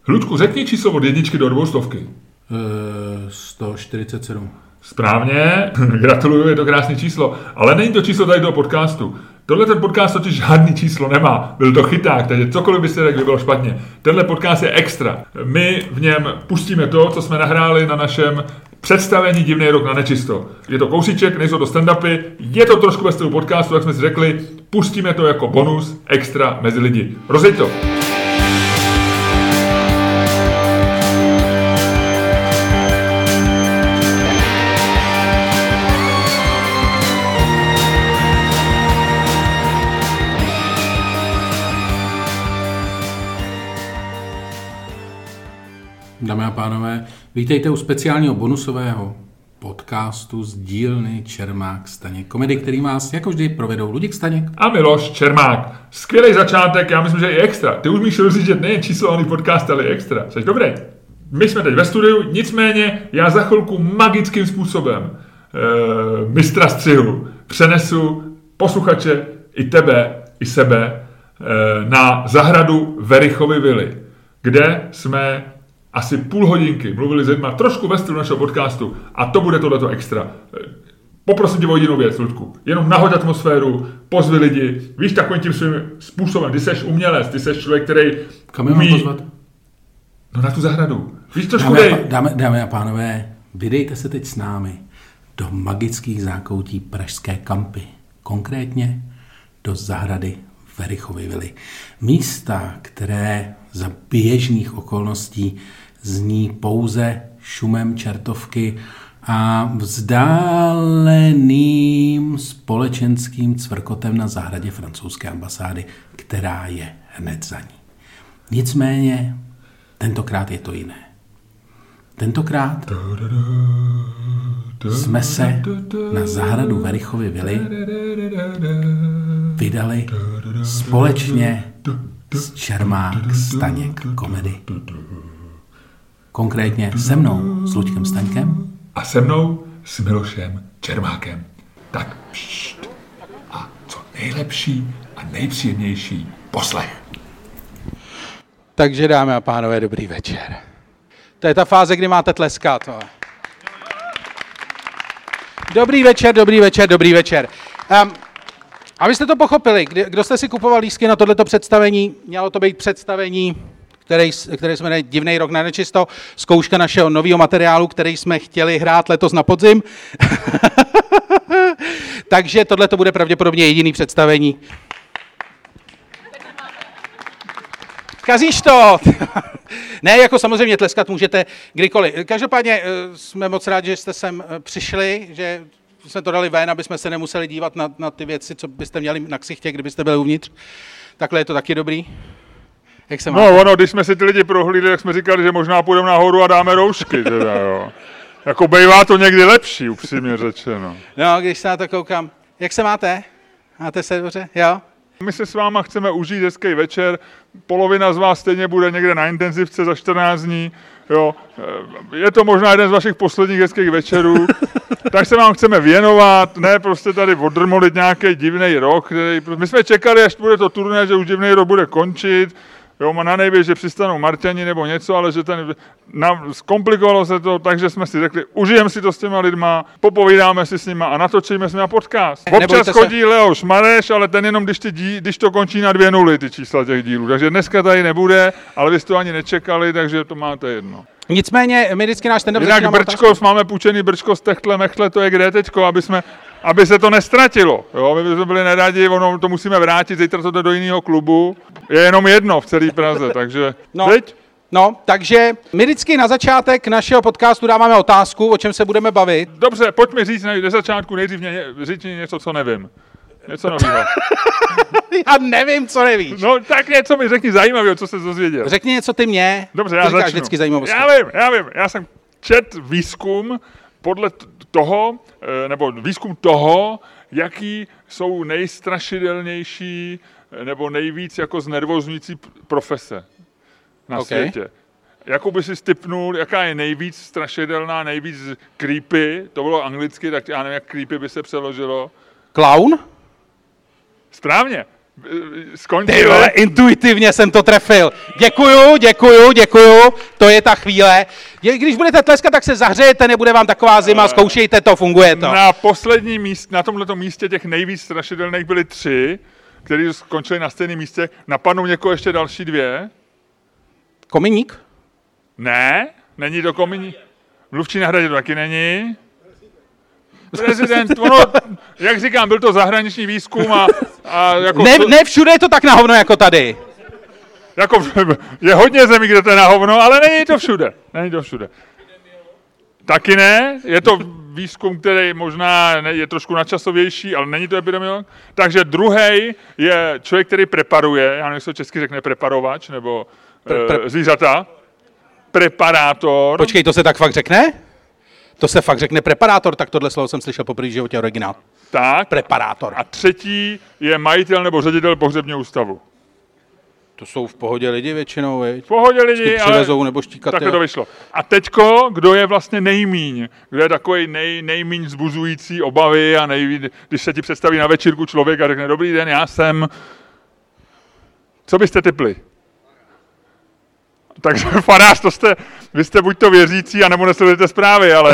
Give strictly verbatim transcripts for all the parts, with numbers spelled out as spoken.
Ludku, řekni číslo od jedničky do dvoustovky. Uh, sto čtyřicet sedm. Správně, gratuluju, je to krásné číslo, ale není to číslo tady do podcastu. Tohle ten podcast totiž žádný číslo nemá, byl to chyták, takže cokoliv byste řekli, bylo špatně. Tenhle podcast je extra. My v něm pustíme to, co jsme nahráli na našem představení Divný rok na nečisto. Je to kousíček, nejsou to stand-upy, je to trošku ve stylu podcastu, jak jsme si řekli, pustíme to jako bonus, extra mezi lidi. Rozjeď to! Dámy a pánové, vítejte u speciálního bonusového podcastu z dílny Čermák Staněk Komedy, který vás jako vždy provedou Luděk Staněk a Miloš Čermák. Skvělý začátek, já myslím, že i extra. Ty umíš rozjíždět nejen číslovaný podcast, ale i extra. Jsi dobrý? My jsme teď ve studiu, nicméně já za chvilku magickým způsobem e, mistra střihu přenesu posluchače i tebe, i sebe e, na zahradu Verichovy vily, kde jsme asi půl hodinky mluvili s lidma trošku ve stylu našeho podcastu a to bude tohleto extra. Poprosím tě o jedinou věc, Ludku. Jenom nahoď atmosféru, pozvi lidi. Víš, takovým tím svým způsobem. Ty seš umělec, ty seš člověk, který Kam umí... mám pozvat? No na tu zahradu. Víš, trošku dámy, dej. A, dámy, dámy a pánové, vydejte se teď s námi do magických zákoutí pražské Kampy. Konkrétně do zahrady Verichovy vily. Místa, které za běžných okolností zní pouze šumem čertovky a vzdáleným společenským cvrkotem na zahradě francouzské ambasády, která je hned za ní. Nicméně, tentokrát je to jiné. Tentokrát jsme se na zahradu Verichovy vily vydali společně s Čermák Staněk Komedy. Konkrétně se mnou, s Luďkem Staňkem. A se mnou, s Milošem Čermákem. Tak pšt. A co nejlepší a nejpříjemnější poslech. Takže dámy a pánové, dobrý večer. To je ta fáze, kdy máte tleskat. No. Dobrý večer, dobrý večer, dobrý večer. Um, abyste to pochopili, kdy, kdo jste si kupoval lístky na tohleto představení, mělo to být představení, který, které jsme jmenuje Divný rok na nečisto, zkouška našeho nového materiálu, který jsme chtěli hrát letos na podzim. Takže tohle to bude pravděpodobně jediný představení. Kazíš to! Ne, jako samozřejmě tleskat můžete kdykoliv. Každopádně jsme moc rádi, že jste sem přišli, že jsme to dali ven, aby jsme se nemuseli dívat na, na ty věci, co byste měli na ksichtě, kdybyste byli uvnitř. Takhle je to taky dobrý. Jak se máte? No ono, když jsme si ty lidi prohlídli, tak jsme říkali, že možná půjdeme nahoru a dáme roušky. Teda, jo. Jako bývá to někdy lepší, upřímně řečeno. No, když se na to koukám. Jak se máte? Máte se dobře? Jo? My se s váma chceme užít hezký večer, polovina z vás stejně bude někde na intenzivce za čtrnáct dní, jo. Je to možná jeden z vašich posledních hezkých večerů, tak se vám chceme věnovat, ne prostě tady odrmolit nějaký divný rok, který, my jsme čekali, až bude to turné, že už divný rok bude končit, jo, na nejvíc, že přistanou Marťani nebo něco, ale že ten, nám zkomplikovalo se to, takže jsme si řekli, užijeme si to s těma lidma, popovídáme si s nima a natočíme s nima podcast. Občas chodí se... Leoš Mareš, ale ten jenom, když, ty dí, když to končí na dvě nuly, ty čísla těch dílů. Takže dneska tady nebude, ale vy jste to ani nečekali, takže to máte jedno. Nicméně, my vždycky náš stand-up Jinak Brčkos, máme půjčený Brčko z Techtle Mechle, to je kde teďko, aby jsme... Aby se to nestratilo, jo, my jsme byli nerádi, ono to musíme vrátit, zítra to jde do jiného klubu, je jenom jedno v celé Praze, takže no, teď? No, takže my vždycky na začátek našeho podcastu dáváme otázku, o čem se budeme bavit. Dobře, pojď mi říct na začátku nejdřív ně, říct něco, co nevím. Něco nového. Já nevím, co nevíš. No tak něco mi řekni zajímavého, co se dozvěděl. Řekni něco ty mě. Dobře, já začnu. Vždycky zajímavosti. Já vím, já vím, já jsem čet výzkum podle toho, nebo výzkum toho, jaký jsou nejstrašidelnější nebo nejvíc jako znervozňující profese na okay. světě. Jakou by si tipnul, jaká je nejvíc strašidelná, nejvíc creepy, to bylo anglicky, tak já nevím, jak creepy by se přeložilo. Clown? Správně. skončili. Ty vole, intuitivně jsem to trefil. Děkuju, děkuju, děkuju, to je ta chvíle. Když budete tleskat, tak se zahřejete, nebude vám taková zima, zkoušejte to, funguje to. Na poslední místě, na tomhletom místě těch nejvíc strašidelných byly tři, kteří skončili na stejném místě. Napadnou někoho ještě další dvě? Kominík? Ne, není to Kominík. Mluvčí na hradě to taky není. Prezident, ono, jak říkám, byl to zahraniční výzkum a... a jako, ne, ne všude je to tak na hovno jako tady. Jako, je hodně zemí, kde to je na hovno, ale není to všude. Není to všude. Taky ne, je to výzkum, který možná je trošku nadčasovější, ale není to epidemiolog. Takže druhý je člověk, který preparuje, já nevím, jestli to česky řekne preparovač, nebo pre, pre... E, zvířata. Preparátor. Počkej, to se tak fakt řekne? To se fakt řekne preparátor, tak tohle slovo jsem slyšel poprvé v životě originál. Tak. Preparátor. A třetí je majitel nebo ředitel pohřebního ústavu. To jsou v pohodě lidi většinou, viď? V pohodě lidi, přivezou nebo štíkat. Takhle to vyšlo. A teďko, kdo je vlastně nejmíň? Kdo je takový nej, nejmíň vzbuzující obavy a nejvíc, když se ti představí na večírku člověk a řekne, dobrý den, já jsem... Co byste tipli? Takže farář, to jste, vy jste buď to věřící, anebo nesledujete zprávy, ale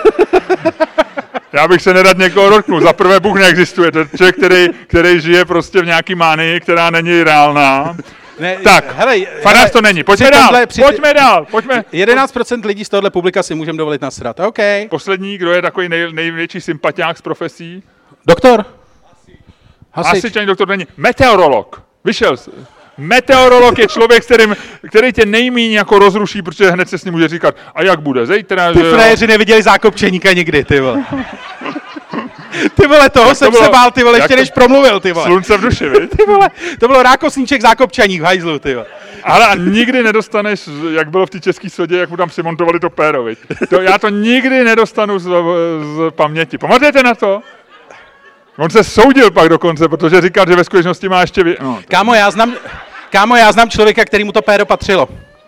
já bych se nerad někoho dotknul. Za prvé Bůh neexistuje, to je člověk, který, který žije prostě v nějaký mánii, která není reálná. Ne, tak, hele, farář to není, pojďme dál, tohle, při... pojďme dál, pojďme. jedenáct procent lidí z tohohle publika si můžeme dovolit nasrat, OK. Poslední, kdo je takový nej, největší sympatiák s profesí? Doktor. Hasič. Hasič ani doktor není, meteorolog, vyšel jsi. Meteorolog je člověk, kterým, který tě nejmíň jako rozruší, protože hned se s ním může říkat, a jak bude zítra, ty že fréři neviděli Zákopčeníka nikdy, ty vole. Ty vole, toho jak jsem to bylo, se bál, ty vole, ještě než promluvil, ty vole. Slunce v duši, viď? Ty vole, to bylo Rákosníček Zákopčaník v hajzlu, ty vole. Ale a nikdy nedostaneš, jak bylo v té české sodě, jak mu tam přimontovali to péro, viď? To, já to nikdy nedostanu z, z paměti. Pamatujete na to? On se soudil pak dokonce, protože říkal, že ve skutečnosti má ještě... Vě... No, kámo, já znám, kámo, já znám člověka, který mu to péro patřilo.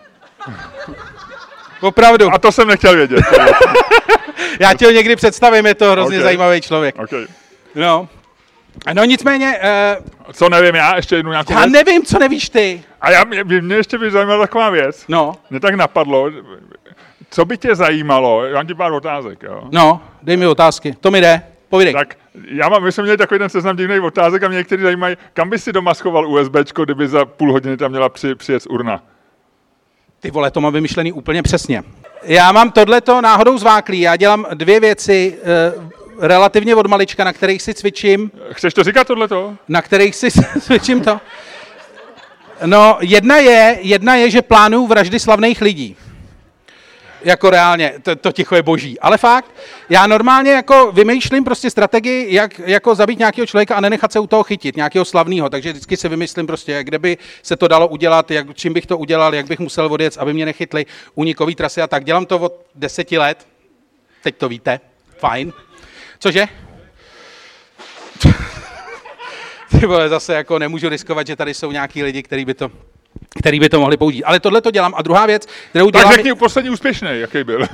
Opravdu. A to jsem nechtěl vědět. Já tě ho někdy představím, je to hrozně okay. zajímavý člověk. Okay. No. No nicméně... Uh, co nevím já, ještě jednu nějakou Já věc? nevím, co nevíš ty. A já, mě, mě ještě by zajímala taková věc. No. Mě tak napadlo, co by tě zajímalo, já mám ti pár otázek, jo? No, dej mi otázky, to mi jde. Povídej. Tak já mám, my jsme měli takový ten seznam divných otázek a mě někteří zajímají, kam by si doma schoval USBčko, kdyby za půl hodiny tam měla při, přijet urna? Ty vole, to mám vymyšlený úplně přesně. Já mám tohleto náhodou zváklý, já dělám dvě věci e, relativně od malička, na kterých si cvičím. Chceš to říkat tohleto? Na kterých si cvičím to. No, jedna je, jedna je, že plánuju vraždy slavných lidí. Jako reálně, to, to ticho je boží. Ale fakt, já normálně jako vymýšlím prostě strategii, jak jako zabít nějakého člověka a nenechat se u toho chytit, nějakého slavného. Takže vždycky si vymyslím prostě, kde by se to dalo udělat, jak, čím bych to udělal, jak bych musel odjet, aby mě nechytli únikový trasy a tak. Dělám to od deseti let. Teď to víte. Fajn. Cože? Ty vole, zase jako nemůžu riskovat, že tady jsou nějaký lidi, kteří by to... který by to mohli použít. Ale tohle to dělám. A druhá věc, kterou dělám... Tak řekni poslední úspěšný, jaký byl.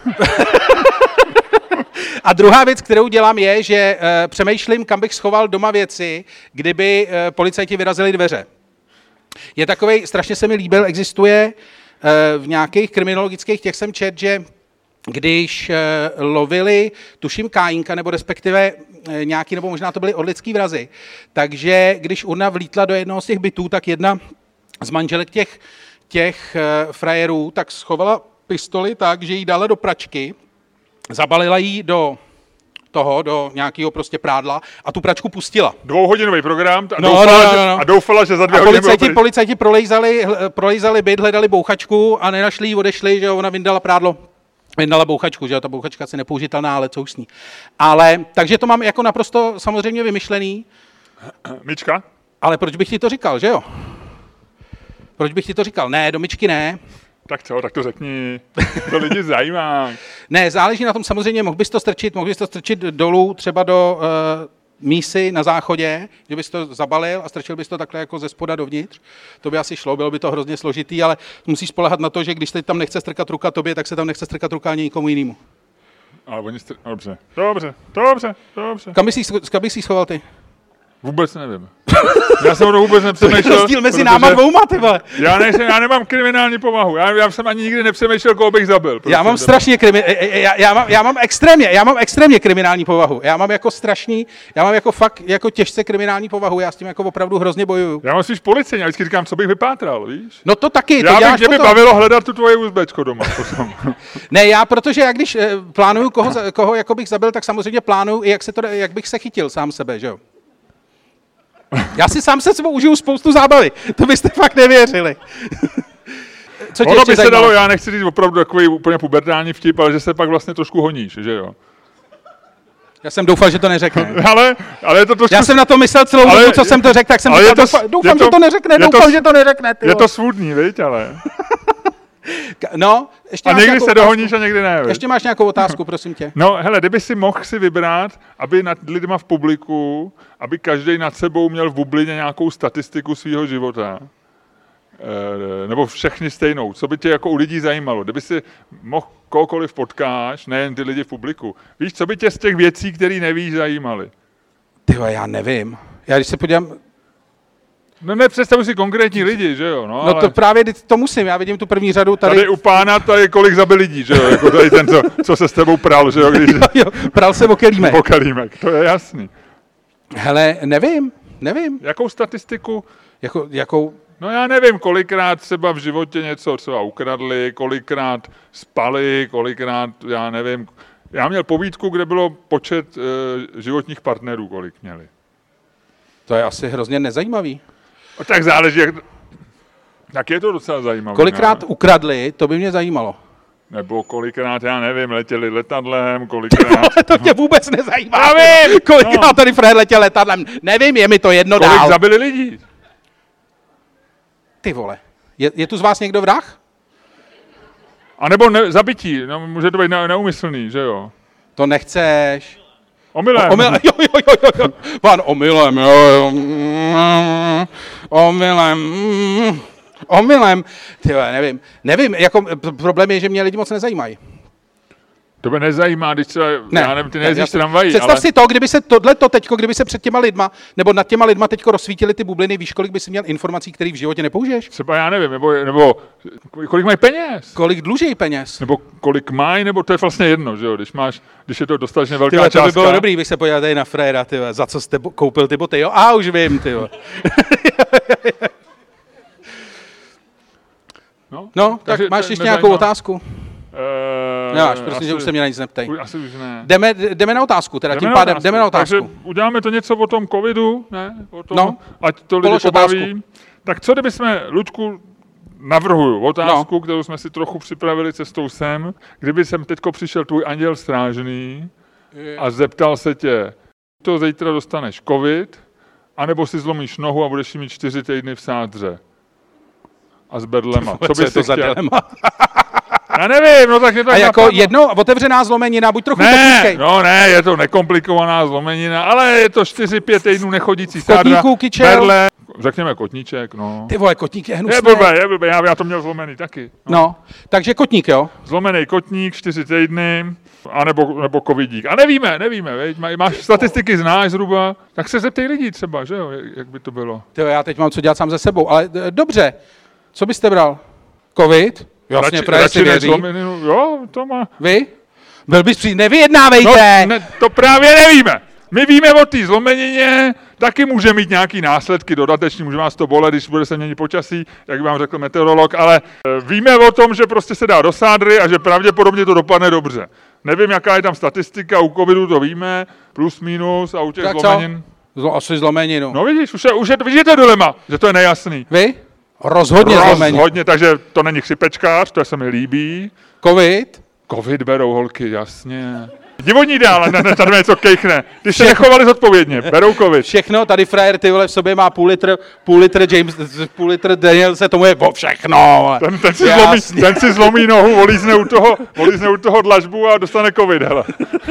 A druhá věc, kterou dělám, je, že uh, přemýšlím, kam bych schoval doma věci, kdyby uh, policajti vyrazili dveře. Je takovej, strašně se mi líbil, existuje uh, v nějakých kriminologických těch jsem čet, že když uh, lovili, tuším Kájinka, nebo respektive uh, nějaký, nebo možná to byly orlický vrazy, takže když urna vlítla do jednoho z těch bytů, tak jedna z manželek těch, těch uh, frajerů tak schovala pistoli tak, že ji dala do pračky, zabalila ji do toho, do nějakého prostě prádla a tu pračku pustila. Dvouhodinový program a, no, doufala, no, no, no. Že, a doufala, že za dvě a hodiny policajti, bylo... policajti prolejzali, prolejzali byt, hledali bouchačku a nenašli ji, odešli, že ona vyndala prádlo, vyndala bouchačku, že ta bouchačka asi nepoužitelná, ale co už s ní. Ale, takže to mám jako naprosto samozřejmě vymyšlený. Myčka? Ale proč bych ti to říkal, že jo? Proč bych ti to říkal? Ne, do myčky ne. Tak co, tak to řekni, to lidi zajímá. Ne, záleží na tom samozřejmě, mohl bys to strčit, mohl bys to strčit dolů, třeba do uh, mísy na záchodě, že bys to zabalil a strčil bys to takhle jako ze spoda dovnitř. To by asi šlo, bylo by to hrozně složitý, ale musíš spoléhat na to, že když teď tam nechce strkat ruka tobě, tak se tam nechce strkat ruka ani nikomu jinému. Ale oni str... Dobře, dobře, dobře, dobře. Kam bys jí, kam bys jí schoval ty? Vůbec nevím. Já jsem o tom vůbec nepřemýšlel. To je rozdíl mezi náma dvouma, ty vole. Já, nejsem, já nemám kriminální povahu. Já, já jsem ani nikdy nepřemýšlel, koho bych zabil. Prostě. Já mám strašně krimi... já, já, mám, já mám extrémně, já mám extrémně kriminální povahu. Já mám jako strašný, já mám jako fakt jako těžce kriminální povahu. Já s tím jako opravdu hrozně bojuju. Já mám spíš policejní, já vždycky říkám, co bych vypátral, víš? No to taky, to já děláš bych, mě by potom. bavilo hledat tu tvoje uzbečko doma potom. Ne, já, protože já když eh, plánuju, koho, koho jako bych zabil, tak samozřejmě plánuju i jak, se to, jak bych se chytil sám sebe, že jo? Já si sám se sebou užiju spoustu zábavy, to byste fakt nevěřili. Co Ono by se zajímalo? Dalo, já nechci říct opravdu takový úplně pubertální vtip, ale že se pak vlastně trošku honíš, že jo? Já jsem doufal, že to neřekne. ale, ale je to trošku... Já jsem na to myslel celou dobu, co je, jsem to řekl, tak jsem říkal, to, doufám, doufám to, že to neřekne, doufám, to, že to neřekne. Tyjo. Je to svůdný, viď, ale... No, ještě a někdy se otázku. dohoníš a někdy ne. Ještě máš nějakou otázku, prosím tě. No, hele, kdyby si mohl si vybrat, aby nad lidma v publiku, aby každý nad sebou měl v bublině nějakou statistiku svého života, e, nebo všechny stejnou, co by tě jako u lidí zajímalo, kdyby si mohl kohokoliv potkáš, nejen ty lidi v publiku, víš, co by tě z těch věcí, které nevíš, zajímaly? Tyjo, já nevím. Já když se podívám... No ne, představuji si konkrétní lidi, že jo? No, no ale... to právě to musím, já vidím tu první řadu tady. Tady u pána, tady kolik zabil lidí, že jo? Jako tady ten, co, co se s tebou pral, že jo? Když... jo, jo, pral se o kelímek. O kelímek, to je jasný. Hele, nevím, nevím. Jakou statistiku? Jako, jakou... No já nevím, kolikrát třeba v životě něco třeba ukradli, kolikrát spali, kolikrát, já nevím. Já měl povídku, kde bylo počet e, životních partnerů, kolik měli. To je asi hrozně nezajímavý. O, tak záleží, jak... Tak je to docela zajímavé. Kolikrát ne? ukradli, to by mě zajímalo. Nebo kolikrát, já nevím, letěli letadlem, kolikrát... to mě vůbec nezajímá. Já vím! Kolikrát no. tady Fred letěl letadlem, nevím, je mi to jedno Kolik dál. Kolik zabili lidí? Ty vole, je, je tu z vás někdo vrah? A nebo ne, zabití, no, může to být ne, neumyslný, že jo? To nechceš. Omylem. O, omylem, jo, jo, jo, jo. Pán, omylem, jo, jo. Omylem. Omylem. Tyhle, nevím. Nevím, jako problém je, že mě lidi moc nezajímají. To by nezajímá, když třeba, ne, já nevím, ty nejezdíš tramvají, Představ ale... si to, kdyby se tohleto teďko, kdyby se před těma lidma, nebo nad těma lidma teďko rozsvítily ty bubliny, víš, kolik by si měl informací, které v životě nepoužiješ? Třeba já nevím, nebo, nebo kolik mají peněz? Kolik dluží peněz? Nebo kolik mají, nebo to je vlastně jedno, že jo, když máš, když je to dostatečně velká tyhle, částka. To by bylo dobrý, bych se podíval tady na Freda, tyhle, za co jste koupil ty boty, jo? A už vím, tyhle. no, no, tak takže máš ještě nějakou otázku? Uh, Nemáš, prostě, že už se mě na nic neptej. Asi už ne. Jdeme, jdeme na otázku, teda jdeme tím pádem, otázku. jdeme na otázku. Takže uděláme to něco o tom covidu, ne? O tom, no, ať to lidi pobaví. Tak co kdyby jsme, Luďku, navrhuju otázku, no. kterou jsme si trochu připravili cestou sem. Kdyby sem teďko přišel tvůj anděl strážný a zeptal se tě, to zítra dostaneš covid, anebo si zlomíš nohu a budeš mít čtyři týdny v sádře. A s bedlema. Co, co je to za dilema? Já nevím, no tak je to... A jako napadlo. Jedno otevřená zlomenina, buď trochu ne, technický. No ne, je to nekomplikovaná zlomenina, ale je to čtyři pět týdnů nechodící sádra. Kotníků, kyčel. Berle, řekněme kotníček, no. Ty vole, kotník je hnusný. Je blbé, je blbé, já, já to měl zlomený taky. No. no, takže kotník, jo? Zlomený kotník, čtyři týdny, anebo, nebo covidík. A nevíme, nevíme, veď, máš statistiky, znáš zhruba, tak se zeptej lidí třeba, že jo, jak by to bylo. Ty já teď mám co dělat sám ze sebou, ale dobře, co byste bral? Covid? Jasně, radši, radši si věří. Zlomeninu, jo, to má. Vy? Byl bys přijít, nevyjednávejte! No, ne, to právě nevíme. My víme o té zlomenině, taky může mít nějaký následky dodateční, může vás to bolet, když bude se měnit počasí, jak vám řekl meteorolog, ale víme o tom, že prostě se dá do sádry a že pravděpodobně to dopadne dobře. Nevím, jaká je tam statistika, u covidu to víme, plus, minus a u těch tak zlomenin. Zlo, asi zlomeninu. No vidíš, už je, už je, vidíš, to dilema, že to je nejasný. Vy? Rozhodně zlomeninu. Rozhodně, takže to není chřipečkář, to se mi líbí. Covid? Covid berou holky, jasně. Divodní dál, ne, ne, tady něco kejchne. Když se nechovali zodpovědně, berou covid. Všechno, tady frajer, ty vole, v sobě má půl litr, půl litr James, půl litr Daniel, se tomu je o všechno. Ten, ten, si zlomí, ten si zlomí nohu, volízne u toho, volízne u toho dlažbu a dostane covid, hele.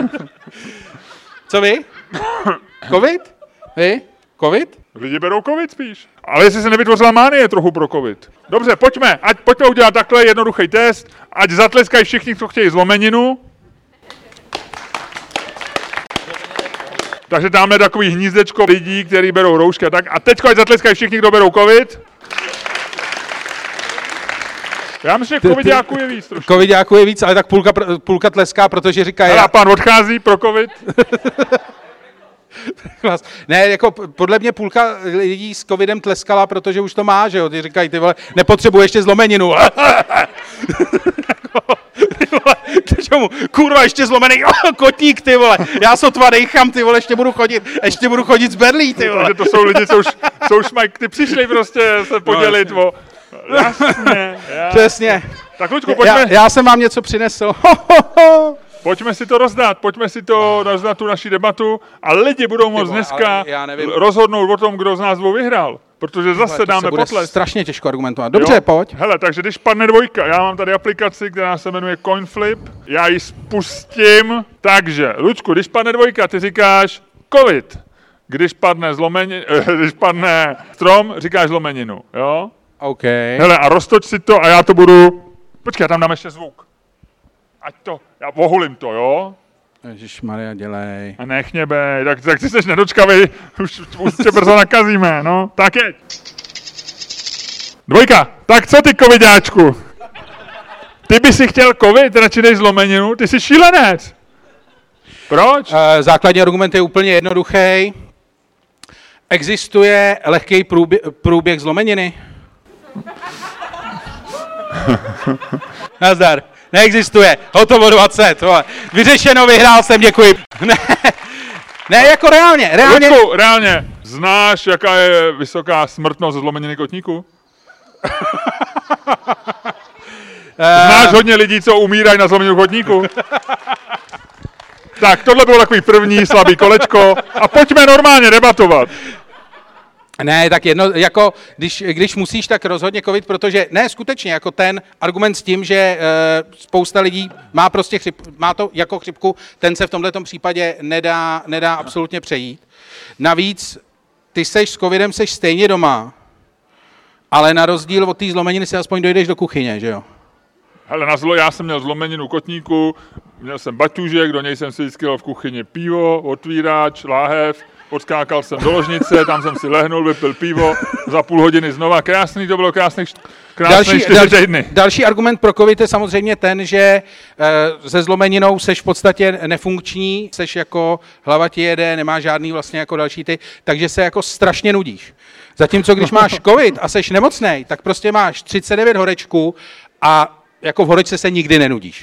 Co vy? Covid? Vy? Covid? Lidi berou covid spíš. Ale jestli se nevytvořila mánie trochu pro covid. Dobře, pojďme, ať pojďme udělat takhle jednoduchý test, ať zatleskají všichni, co chtějí zlomeninu. Takže tamhle takový hnízdečko lidí, kteří berou roušky a tak. A teďko ať zatleskají všichni, kdo berou covid. Já myslím, že covidáků je víc trošku. Covidáků je víc, ale tak půlka, půlka tleská, protože říká... Hele, já... pán odchází pro covid. Ne, jako podle mě půlka lidí s covidem tleskala, protože už to má, že jo? Ty říkají, ty vole, nepotřebuji ještě zlomeninu. Ty vole, čemu? Kurva, ještě zlomený kotník, ty vole. Já sotva dejchám, ty vole, ještě budu chodit, ještě budu chodit z berlí, ty vole. Takže to jsou lidi, co už, co už mají, ty přišli prostě se podělit no, o... Jasně. Já. Přesně. Tak Luďku, pojďme. Já, já jsem vám něco přinesl. Pojďme si to rozdat, pojďme si to rozdat tu naši debatu a lidi budou moct dneska rozhodnout o tom, kdo z nás dvou vyhrál. Protože zase Hele, dáme potlesk. Strašně těžko argumentovat. Dobře, jo? Pojď. Hele, takže když padne dvojka, já mám tady aplikaci, která se jmenuje Coinflip, já ji spustím, takže, Luďku, když padne dvojka, ty říkáš covid. Když padne zlomeni, když padne strom, říkáš zlomeninu, jo? OK. Hele, a roztoč si to a já to budu, počkej, já tam dám ještě zvuk. Ať to, já ohulím to, jo? Ježišmarja, dělej. A nech mě bej, tak, tak ty jsi nedočkavý, už, už tě brzo nakazíme, no. Tak jeď. Dvojka, tak co ty covidáčku? Ty by si chtěl covid, radši dej zlomeninu, ty jsi šílenec. Proč? Uh, základní argument je úplně jednoduchý. Existuje lehký průběh, průběh zlomeniny? Nazdar. Neexistuje. Hotovo dvacet. Vole. Vyřešeno, vyhrál jsem, děkuji. Ne, ne jako reálně. reálně. Luďku, reálně. Znáš, jaká je vysoká smrtnost zlomeniny kotníku? Znáš hodně lidí, co umírají na zlomeninu kotníku? Tak, tohle bylo takový první slabý kolečko a pojďme normálně debatovat. Ne, tak jedno, jako když, když musíš, tak rozhodně covid, protože ne, skutečně, jako ten argument s tím, že e, spousta lidí má prostě chřip, má to jako chřipku, ten se v tomhletom případě nedá, nedá absolutně přejít. Navíc, ty seš s covidem, seš stejně doma, ale na rozdíl od té zlomeniny si aspoň dojdeš do kuchyně, že jo? Hele, na zlo, já jsem měl zlomeninu kotníku, měl jsem baťůžek, do něj jsem si vždycky dal v kuchyni pivo, otvírač, láhev, odskákal jsem do ložnice, tam jsem si lehnul, vypil pivo, za půl hodiny znova, krásný, to bylo krásný, krásný další, čtyři další, týdny. Další argument pro covid je samozřejmě ten, že e, se zlomeninou seš v podstatě nefunkční, seš jako hlava ti jede, nemá žádný vlastně jako další ty, takže se jako strašně nudíš. Zatímco když máš covid a seš nemocnej, tak prostě máš třicet devět horečků a jako v horečce se nikdy nenudíš.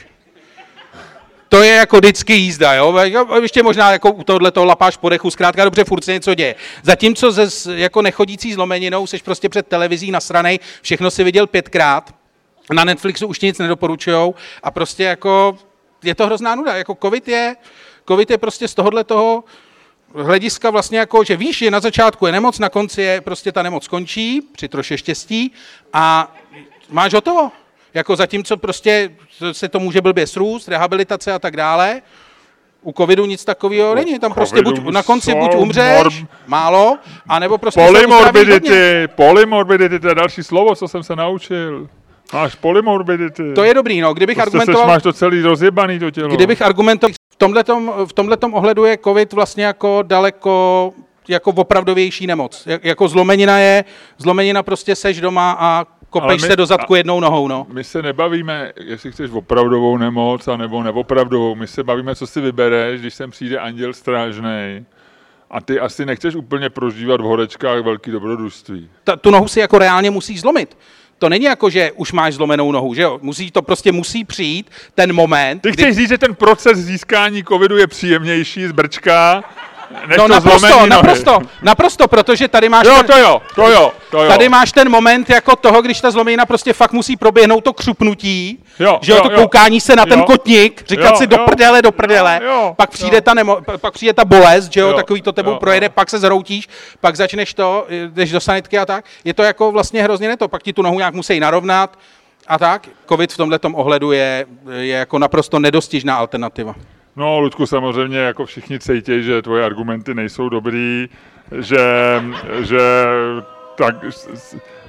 To je jako vždycky jízda, jo? Ještě možná jako u tohoto lapáš po dechu, zkrátka dobře, furt se něco děje. Zatímco ze jako nechodící zlomeninou seš prostě před televizí nasranej, všechno si viděl pětkrát, na Netflixu už nic nedoporučujou a prostě jako je to hrozná nuda. Jako covid je, covid je prostě z tohohle toho hlediska vlastně jako, že víš, že na začátku je nemoc, na konci je prostě ta nemoc končí, při troše štěstí a máš hotovo. Jako zatímco prostě se to může blbě srůst, rehabilitace a tak dále. U covidu nic takového není. Tam prostě buď, na konci buď umřeš, morb... málo, anebo prostě polymorbidity, polymorbidity, to je další slovo, co jsem se naučil. Máš polymorbidity. To je dobrý, no. Kdybych prostě argumentoval... Seš, máš to celý rozjebaný, to tělo. Kdybych argumentoval... V tomhletom, v tomhletom ohledu je covid vlastně jako daleko jako opravdovější nemoc. Jako zlomenina je, zlomenina prostě seš doma a kopeš my, se do zadku jednou nohou, no. My se nebavíme, jestli chceš opravdovou nemoc, anebo neopravdovou. My se bavíme, co si vybereš, když sem přijde anděl strážnej. A ty asi nechceš úplně prožívat v horečkách velký dobrodružství. Ta, tu nohu si jako reálně musíš zlomit. To není jako, že už máš zlomenou nohu, že jo? Musí, to prostě musí přijít ten moment. Ty kdy... chceš říct, že ten proces získání covidu je příjemnější z brčka? No naprosto, naprosto, naprosto, protože tady máš... Jo, ten, to jo, to jo, to jo. Tady máš ten moment jako toho, když ta zlomenina prostě fakt musí proběhnout to křupnutí, jo, že jo, to jo, koukání se na jo, ten kotník, říkat jo, si do prdele, do prdele, jo, jo, pak přijde jo. ta nemo, pak přijde ta bolest, že jo, jo takový to tebou jo, projede, jo. pak se zroutíš, pak začneš to, jdeš do sanitky a tak. Je to jako vlastně hrozně neto, pak ti tu nohu nějak musí narovnat a tak. Covid v tomhletom ohledu je, je jako naprosto nedostižná alternativa. No, Ludku, samozřejmě jako všichni cítí, že tvoje argumenty nejsou dobrý, že, že tak,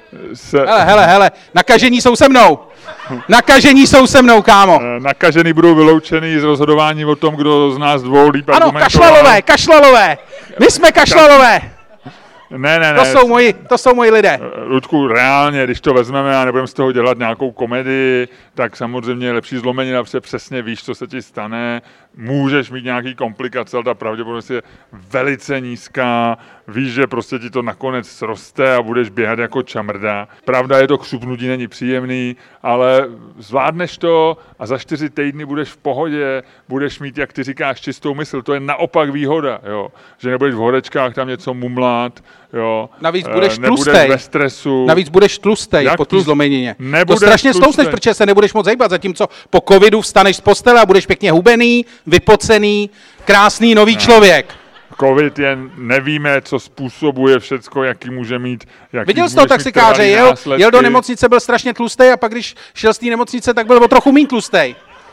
se... Hele, hele, hele, nakažení jsou se mnou. Nakažení jsou se mnou, kámo. Nakažený budou vyloučený z rozhodování o tom, kdo z nás dvou líp ano, argumentoval. kašlalové, kašlalové. My jsme kašlalové. Ne, ne, ne. To jsou moji, to jsou moji lidé. Ludku, reálně, když to vezmeme a nebudeme z toho dělat nějakou komedii, tak samozřejmě je lepší zlomenina, protože přesně víš, co se ti stane. Můžeš mít nějaký komplikace, ale ta pravděpodobnost je velice nízká. Víš, že prostě ti to nakonec sroste a budeš běhat jako čamrda. Pravda je, to křupnutí není příjemný, ale zvládneš to a za čtyři týdny budeš v pohodě, budeš mít, jak ty říkáš, čistou mysl. To je naopak výhoda, jo. Že nebudeš v horečkách tam něco mumlat, jo. Navíc budeš nebudeš tlustej. ve stresu. Navíc budeš tlustej Jak po té tlust- zlomenině. Nebudeš To strašně tlustej. stousneš, protože se nebudeš moc hejbat, zatímco po covidu vstaneš z postele a budeš pěkně hubený, vypocený, krásný nový ne. člověk. Covid je, nevíme, co způsobuje všecko, jaký může mít, jaký Viděl jsi toho můžeš mít taxikáře, trvalý jel, následky. jel do nemocnice, byl strašně tlustej a pak když šel z té nemocnice, tak byl o trochu míň tlustej.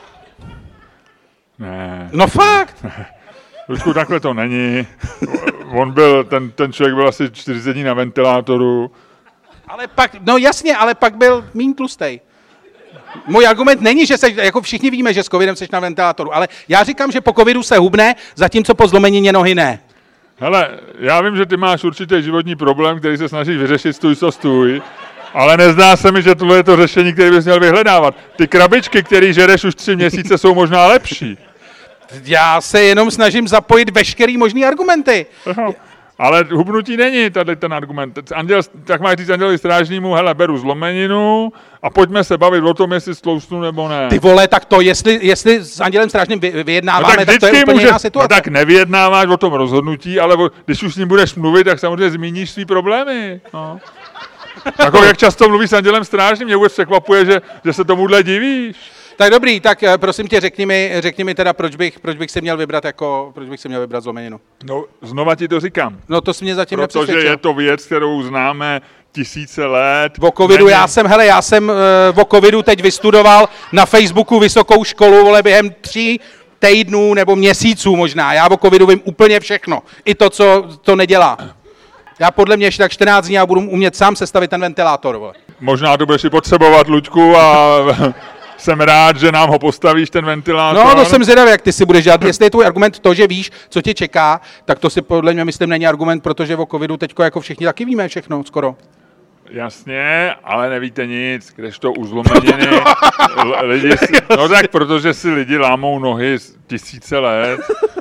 Ne. No fakt. Ludku, takhle to není. On byl, ten, ten člověk byl asi čtyřicet dní na ventilátoru. Ale pak, no jasně, ale pak byl míň tlustej. Můj argument není, že seš, jako všichni víme, že s covidem seš na ventilátoru, ale já říkám, že po covidu se hubne, zatímco po zlomenině nohy ne. Hele, já vím, že ty máš určitě životní problém, který se snažíš vyřešit stůj co stůj, ale nezdá se mi, že tohle je to řešení, které bys měl vyhledávat. Ty krabičky, které žereš už tři měsíce, jsou možná lepší. Já se jenom snažím zapojit veškerý možný argumenty. Aha. Ale hubnutí není tady ten argument. Anděl, tak máš říct andělovi strážnímu, hele, beru zlomeninu a pojďme se bavit o tom, jestli stloustnu nebo ne. Ty vole, tak to, jestli, jestli s andělem strážným vy, vyjednáváme, no tak, tak to je úplně může, jiná situace. no tak nevyjednáváš o tom rozhodnutí, ale o, když už s ním budeš mluvit, tak samozřejmě zmíníš svý problémy. No. Jako jak často mluvíš s andělem strážným, mě vůbec překvapuje, že, že se tomuhle divíš. Tak dobrý, tak prosím tě, řekni mi, řekni mi teda, proč bych, proč bych si měl vybrat jako, proč bych si měl vybrat zlomeninu. No, znova ti to říkám. No to jsi mě zatím Protože nepřesvědčil. je to věc, kterou známe tisíce let. O covidu Není... já jsem, hele, já jsem uh, o covidu teď vystudoval na Facebooku vysokou školu, vole, během tří týdnů nebo měsíců možná. Já o covidu vím úplně všechno. I to, co to nedělá. Já podle mě ještě tak čtrnáct dní já budu umět sám sestavit ten ventilátor, vole. Možná to budeš i potřebovat, Luďku, a jsem rád, že nám ho postavíš, ten ventilátor. No, to jsem zvědavý, jak ty si budeš dělat. Jestli je tvůj argument to, že víš, co tě čeká, tak to si podle mě myslím není argument, protože o covidu teďko jako všichni taky víme všechno skoro. Jasně, ale nevíte nic, kdežto u zlomeniny lidi, si, no tak protože si lidi lámou nohy tisíce let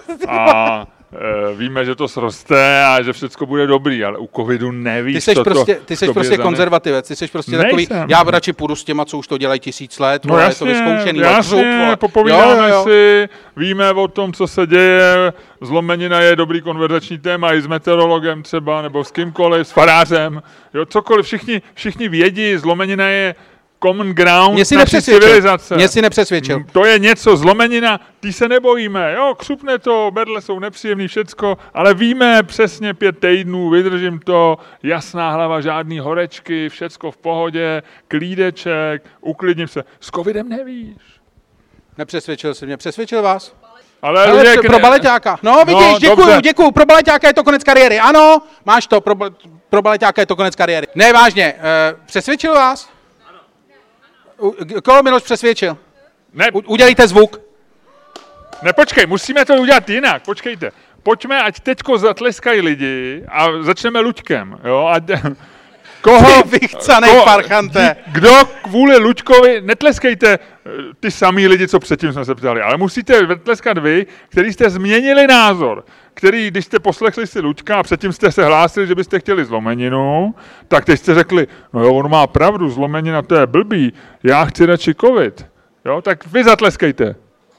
a e, víme, že to sroste a že všecko bude dobrý, ale u covidu nevíš, ty seš co prostě, to Ty seš prostě konzervativec, ty seš prostě Nejsem. takový, já radši půjdu s těma, co už to dělají tisíc let, No vole, jasně, je to vyzkoušený. jasně, vole. popovídáme Jo, jo, jo. si, víme o tom, co se děje, zlomenina je dobrý konverzační téma i s meteorologem třeba, nebo s kýmkoliv, s farářem, jo, cokoliv, všichni, všichni vědí, zlomenina je common ground Mě si naší nepřesvědčil. civilizace. Mě si nepřesvědčil. To je něco, zlomenina, ty se nebojíme, jo, křupne to, berle jsou nepříjemný, všecko, ale víme přesně pět týdnů, vydržím to, jasná hlava, žádný horečky, všecko v pohodě, klídeček, uklidním se. S covidem nevíš. Nepřesvědčil jsi mě, přesvědčil vás? Ale, Ale Luděk, pro baleťáka. No vidíš, No, děkuju, dobře. děkuju, pro baleťáka je to konec kariéry. Ano, máš to, pro, pro baleťáka je to konec kariéry. Ne, vážně, uh, přesvědčil vás? Ano. Koho Miloš přesvědčil? Ne, U, udělejte zvuk. ne, počkej, musíme to udělat jinak, počkejte. Pojďme, ať teďko zatleskají lidi a začneme Luďkem, jo, ať... Koho, Ty vychcanej parchante. Kdo kvůli Luďkovi, netleskejte ty samý lidi, co předtím jsme se ptali, ale musíte tleskat vy, který jste změnili názor, který, když jste poslechli si Luďka a předtím jste se hlásili, že byste chtěli zlomeninu, tak teď jste řekli, no jo, on má pravdu, zlomenina to je blbý, já chci radši covid. Jo, tak vy zatleskejte.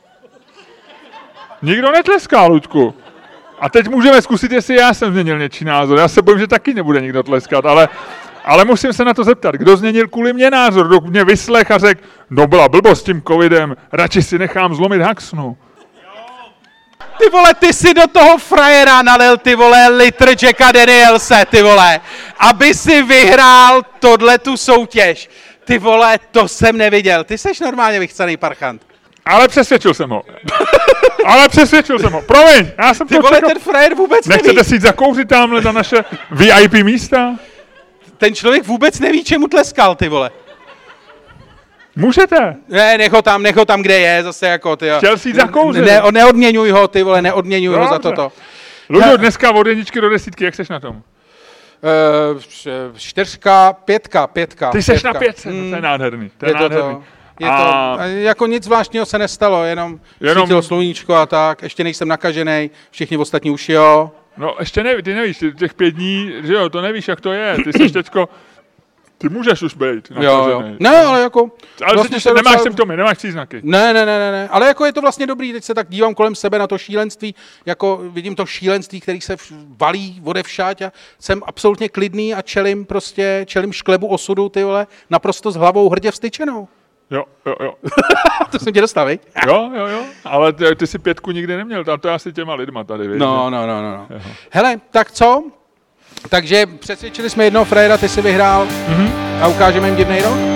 Nikdo netleská, Luďku. A teď můžeme zkusit, jestli já jsem změnil něčí názor. Já se bojím, že taky nebude nikdo tleskat, ale, ale musím se na to zeptat. Kdo změnil kvůli mě názor? Kdo mě vyslech a řekl, no byla blbost s tím covidem, radši si nechám zlomit haxnu. Ty vole, ty si do toho frajera nalil, ty vole, litr Jacka Danielse, ty vole, aby si vyhrál tohletu soutěž. Ty vole, to jsem neviděl. Ty seš normálně vychcaný parchant. Ale přesvědčil jsem ho. Ale přesvědčil jsem ho. Promiň, já jsem Ty to vole, čekal. ten frajer vůbec neví. Nechcete si jít zakouřit tamhle na naše V I P místa? ten člověk vůbec neví, čemu tleskal, ty vole. Můžete. Ne, nech ho tam, nech ho tam, kde je, zase jako, ty jo. Chtěl si jít za kouzem. Ne, neodměňuj ho, ty vole, neodměňuj ho za toto. Ludo, dneska od jedničky do desítky, jak seš na tom? Uh, čtyřka, pětka, pětka. Ty seš pětka. na pětce, mm. to je nádherný. To je, je to nádherný. To. Je a... to, jako nic zvláštního se nestalo, jenom, jenom... svítilo sluníčko a tak, ještě nejsem nakažený, všichni ostatní už jo. No ještě neví, ty nevíš, ty těch pět dní, že jo, to nevíš, jak to je, ty jsi teďko, ty můžeš už být nakažený. Jo, jo. Ne, ale jako... Ale vlastně se nemáš docela... symptomy, nemáš příznaky. Ne, ne, ne, ne, ne, ale jako je to vlastně dobrý, teď se tak dívám kolem sebe na to šílenství, jako vidím to šílenství, který se valí odevšať a jsem absolutně klidný a čelím prostě, čelím šklebu osudu, ty vole, naprosto s hlavou hrdě vstyčenou. Jo, jo, jo. To jsem tě dostal, viď? Jo, jo, jo, ale ty, ty jsi pětku nikdy neměl, tam to je asi těma lidma tady, víš. No, no, no, no. no. Hele, tak co? Takže přesvědčili jsme jednoho frajera, ty jsi vyhrál mm-hmm. a ukážeme jim divnej rok?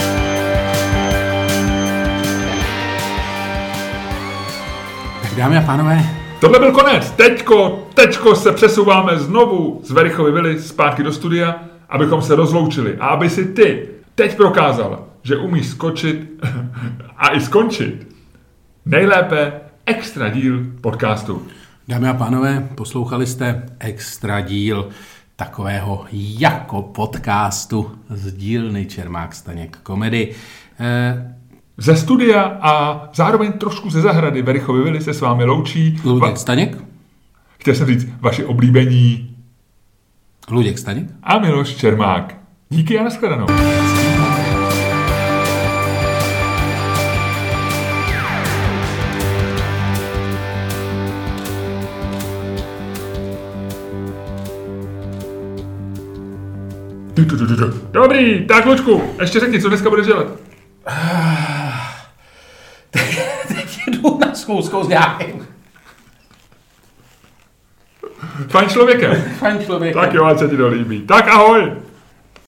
Tak dámy a pánové. Tohle byl konec, teďko, teďko se přesouváme znovu z Verichovy vily zpátky do studia, abychom se rozloučili a aby si ty teď prokázal, že umíš skočit a i skončit nejlépe extra díl podcastu. Dámy a pánové, poslouchali jste extra díl takového jako podcastu z dílny Čermák Staněk Komedy. Eh... Ze studia a zároveň trošku ze zahrady Verichovy vily se s vámi loučí... Luděk Staněk? Chtěl jsem říct, vaši oblíbení... Luděk Staněk? A Miloš Čermák. Díky a nashledanou. Dobrý, tak Lučku, ještě řekni, co dneska budeš dělat. Teď jdu na schůzku s nějakým. Fajn člověkem. Fajn člověkem. Tak jo, ať se ti to líbí. Tak ahoj.